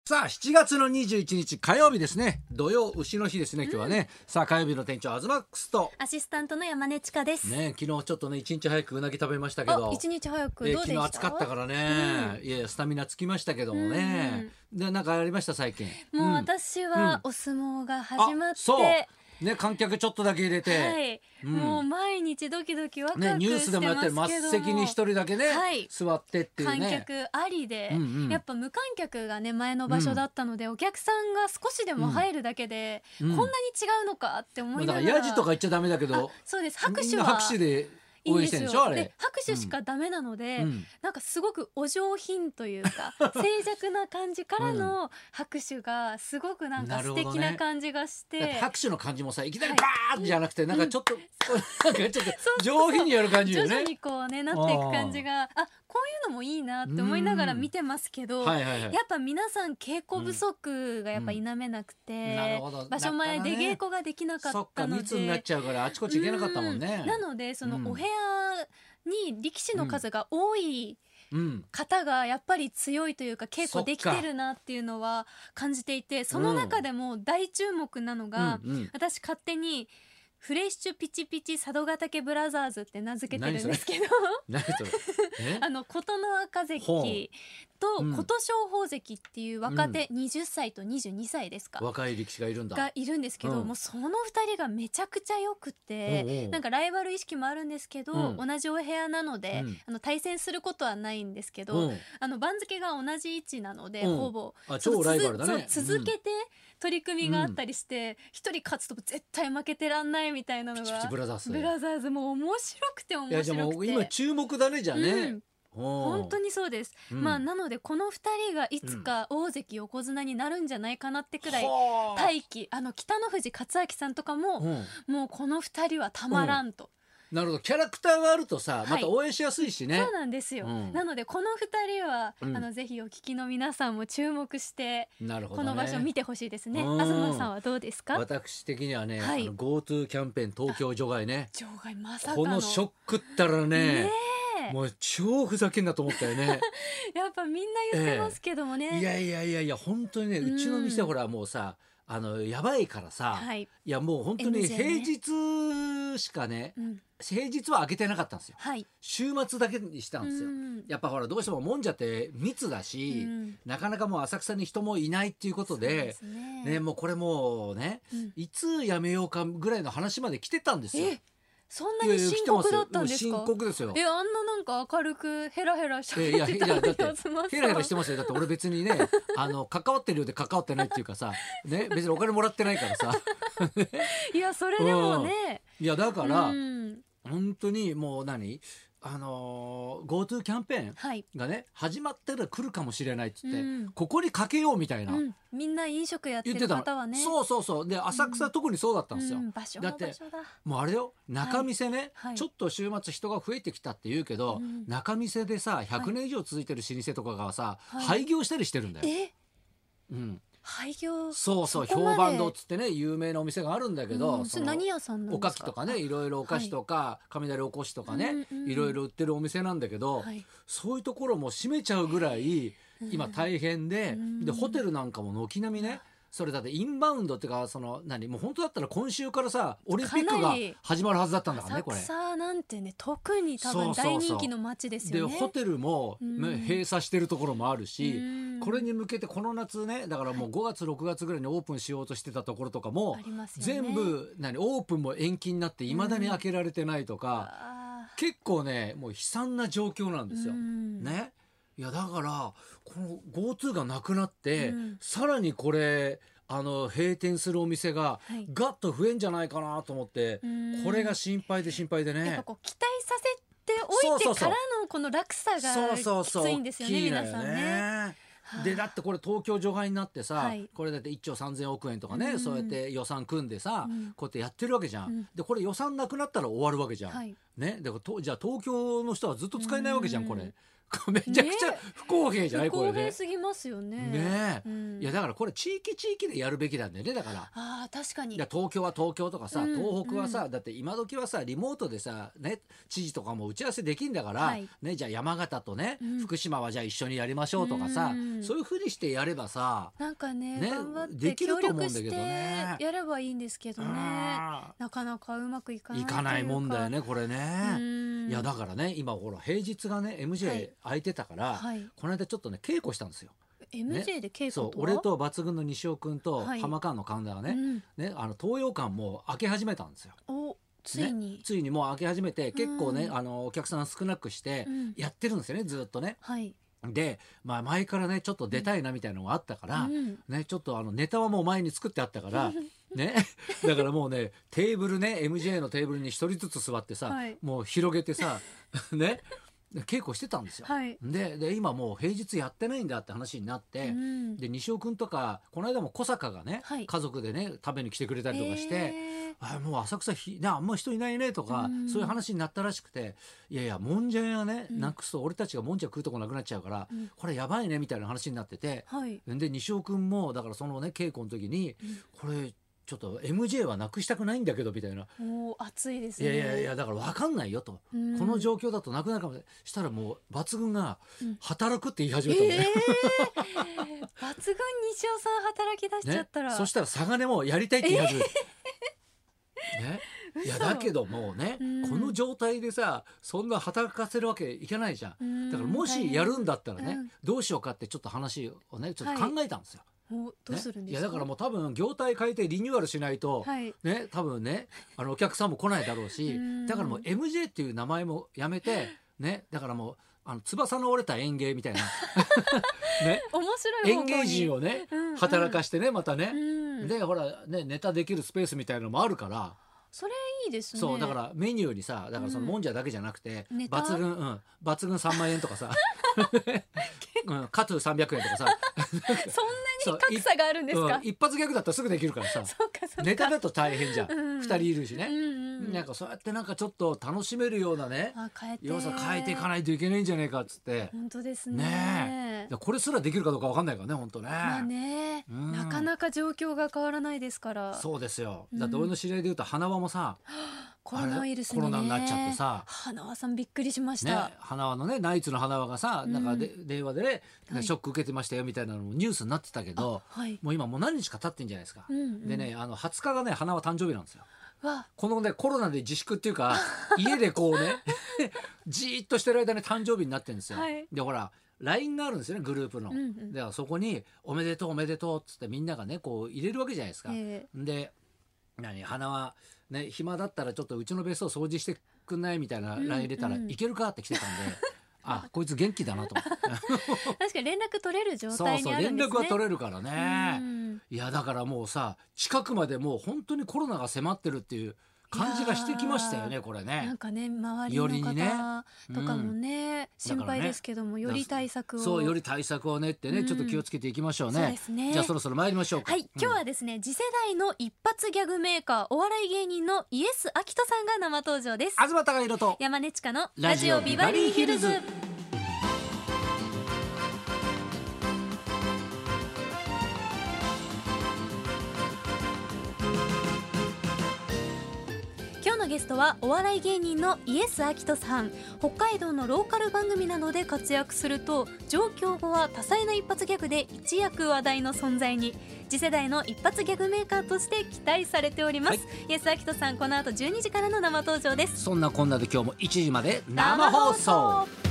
さあ7月の21日火曜日ですね。土曜牛の日ですね今日はね、さあ火曜日の店長アズマックスとアシスタントの山根千佳ですね、昨日ちょっとね一日早くうなぎ食べましたけど、 一日早くどうでした？ 昨日暑かったからね、いやいやスタミナつきましたけどもね、でなんかありました最近？ もう私はお相撲が始まって、 そうね、観客ちょっとだけ入れて、 はい、もう毎日ドキドキワクワクね、ニュースでもやってるしてますけど末席に一人だけね、 はい、 座ってっていうね、 観客ありで、やっぱ無観客がね前の場所だったので、お客さんが少しでも入るだけで、こんなに違うのかって思いながら、 だからヤジとか言っちゃダメだけど、 そうです、拍手は拍手で応援してるんでしょあれ。 で拍手しかダメなので、なんかすごくお上品というか静寂な感じからの拍手がすごくなんか素敵な感じがして、 だって拍手の感じもさいきなりバーッじゃなくて、なんかちょっと、なんかちょっと上品にやる感じよね。 徐々にこうねなっていく感じが、こういうのもいいなって思いながら見てますけど、やっぱ皆さん稽古不足がやっぱ否めなくて、場所前で稽古ができなかったので、 密になっちゃうからあちこち行けなかったもんね。 なのでそのお部屋に力士の数が多い方がやっぱり強いというか、稽古できてるなっていうのは感じていて、その中でも大注目なのが、私勝手にフレッシュピチピチ佐渡ヶ嶽ブラザーズって名付けてるんですけど、 何それ琴ノ若関と琴勝峰関っていう若手20歳と22歳ですか、 若い力士がいるんだ、 がいるんですけど、もうその2人がめちゃくちゃよくて、なんかライバル意識もあるんですけど、同じお部屋なので、対戦することはないんですけど、番付が同じ位置なので、ほぼ超ライバルだね。 続けて取り組みがあったりして、一人勝つと絶対負けてらんないみたいなのが、 ピチピチブラザーズもう面白くて面白くて、 いやじゃあもう今注目だねじゃあね、 本当にそうです、なのでこの2人がいつか大関横綱になるんじゃないかなってくらい、大器北の富士勝明さんとかも、もうこの2人はたまらんと、 なるほど、キャラクターがあるとさ、また応援しやすいしね。 そうなんですよ、なのでこの2人は、ぜひお聞きの皆さんも注目して、この場所見てほしいですね。東さんはどうですか？ 私的にはね、GoTo キャンペーン東京除外ね、 除外まさかのこのショックったらね、もう超ふざけんなと思ったよねやっぱみんな言ってますけどもね、 いや本当にね、うちの店ほらもうさやばいからさ、いやもう本当に平日しかね、平日は開けてなかったんですよ、週末だけにしたんですよ、やっぱほらどうしてももんじゃって密だし、なかなかもう浅草に人もいないっていうことで、もうこれもうね、いつやめようかぐらいの話まで来てたんですよ。 そんなに深刻だったんですか？ 深刻ですよ。 あんななんか明るくヘラヘラしゃべってたのに、 だってヘラヘラしてますよ。だって俺別にね関わってるようで関わってないっていうかさ、ね、別にお金もらってないからさいやそれでもね、 いやだから、本当にもうGoTo キャンペーンがね、始まったら来るかもしれないっつって、ここにかけようみたいな、 みんな飲食やってる方はね、 そうで浅草特にそうだったんですよ、だってもうあれよ、中店ね、ちょっと週末人が増えてきたって言うけど、中店でさ100年以上続いてる老舗とかがさ、廃業したりしてるんだよ。 廃業、 そう評判堂っつってね有名なお店があるんだけど、 それ何屋さんなんですか？ おかきとかね、いろいろお菓子とか、雷おこしとかね、いろいろ売ってるお店なんだけど、そういうところも閉めちゃうぐらい今大変で、ホテルなんかも軒並みね、それだってインバウンドっていうか、もう本当だったら今週からさオリンピックが始まるはずだったんだからね、これ。 浅草なんてね特に多分大人気の街ですよね。 でホテルも閉鎖してるところもあるし、これに向けてこの夏ね、だからもう5月6月ぐらいにオープンしようとしてたところとかも、全部オープンも延期になっていまだに開けられてないとか、結構ねもう悲惨な状況なんですよね。いやだからこの GoTo がなくなって、さらにこれ閉店するお店がガッと増えんじゃないかなと思って、これが心配でね。 やっぱこう期待させておいてからのこの落差がきついんですよね、皆さんね。 でだってこれ東京除外になってさ、これだって1兆3000億円とかね、そうやって予算組んでさ、こうやってやってるわけじゃん、でこれ予算なくなったら終わるわけじゃん、ね、でじゃあ東京の人はずっと使えないわけじゃん、これめちゃくちゃ不公平じゃない？これね。 不公平すぎますよね。 いいやだからこれ地域地域でやるべきなんだよね。だから確かに。 いや東京は東京とかさ、東北はさ、だって今時はさリモートでさ、ね、知事とかも打ち合わせできんだから、ね、じゃあ山形とね、福島はじゃあ一緒にやりましょうとかさ、そういうふうにしてやればさ、 なんかね、頑張ってできると思うんだけどね。 やればいいんですけどね、なかなかうまくいかないというか。 いかないもんだよねこれね。いやだからね今ほら平日がね MJ 空いてたから、この間ちょっとね稽古したんですよ。 MJ で稽古とは、 そう俺と抜群の西尾君と浜川の神田がね、東洋館も開け始めたんですよ。 ついに、 ついにもう開け始めて、結構ねお客さん少なくしてやってるんですよね、ずっとね。で、前からねちょっと出たいなみたいなのがあったから、ね、ちょっとネタはもう前に作ってあったからね、だからもうねテーブルね MJ のテーブルに一人ずつ座ってさ、もう広げてさね稽古してたんですよ。で今もう平日やってないんだって話になって、で西尾君とかこの間も小坂がね、家族でね食べに来てくれたりとかして、もう浅草あんま人いないねとか、そういう話になったらしくて、いやいやもんじゃ屋ね、なくすと俺たちがもんじゃ食うとこなくなっちゃうから、これやばいねみたいな話になってて、で西尾君もだからそのね稽古の時に、これちょっと MJ はなくしたくないんだけどみたいな。 熱いですね。 いやだから分かんないよと、この状況だとなくなるかもしたらもう抜群が働くって言い始めたんで、 抜群西尾さん働き出しちゃったら、 そしたら佐賀根もやりたいって言い始めた、いやだけどもうね、この状態でさそんな働かせるわけいけないじゃん。だからもしやるんだったらね、どうしようかってちょっと話をねちょっと考えたんですよ。 どうするんですか。 いやだからもう多分業態変えてリニューアルしないと、ね、多分ねお客さんも来ないだろうし、だからもう MJ っていう名前もやめてね、だからもう翼の折れた園芸みたいなね、 面白い園芸人をね、働かしてねまたね、でほらねネタできるスペースみたいなのもあるから。 それいいですね。 そうだからメニューにさ、だからそのもんじゃだけじゃなくて、抜群3万円とかさカトゥー300円とかさそんなに格差があるんですか。 一発ギャグだったらすぐできるからさネタだと大変じゃん、2人いるしね、なんかそうやってなんかちょっと楽しめるようなね要素変えていかないといけないんじゃないかっつって。 本当ですね。 これすらできるかどうか分かんないからね本当ね。 なかなか状況が変わらないですから。 そうですよ。だって俺の知り合いでいうと花輪もさ、 コロナウイルスにコロナになっちゃってさ、 花輪さんびっくりしました。 花輪のねナイツの花輪がさ、なんか電話でねショック受けてましたよみたいなのもニュースになってたけど、もう今もう何日か経ってんじゃないですか。でね20日がね花輪誕生日なんですよ。このねコロナで自粛っていうか家でこうねじーっとしてる間に誕生日になってるんですよ。でほらLINE があるんですよねグループの。だからそこにおめでとうおめでとうっつってみんながねこう入れるわけじゃないですか。で花はね暇だったらちょっとうちの別荘掃除してくんないみたいな LINE 入れたらいけるかって来てたんで、こいつ元気だなと思って確かに連絡取れる状態にあるんですね。 連絡は取れるからね。いやだからもうさ近くまでもう本当にコロナが迫ってるっていう感じがしてきましたよねこれね。 なんかね周りの方とかもね心配ですけども、より対策をより対策をねってねちょっと気をつけていきましょうね。そうですね。じゃあそろそろ参りましょうか。 今日はですね次世代の一発ギャグメーカーお笑い芸人のイエス・アキトさんが生登場です。 東貴博と山根千佳のラジオビバリーヒルズ。今日のゲストはお笑い芸人のイエス・アキトさん。北海道のローカル番組などで活躍すると上京後は多彩な一発ギャグで一躍話題の存在に。次世代の一発ギャグメーカーとして期待されております、イエス・アキトさんこの後12時からの生登場です。 そんなこんなで今日も1時まで生放送。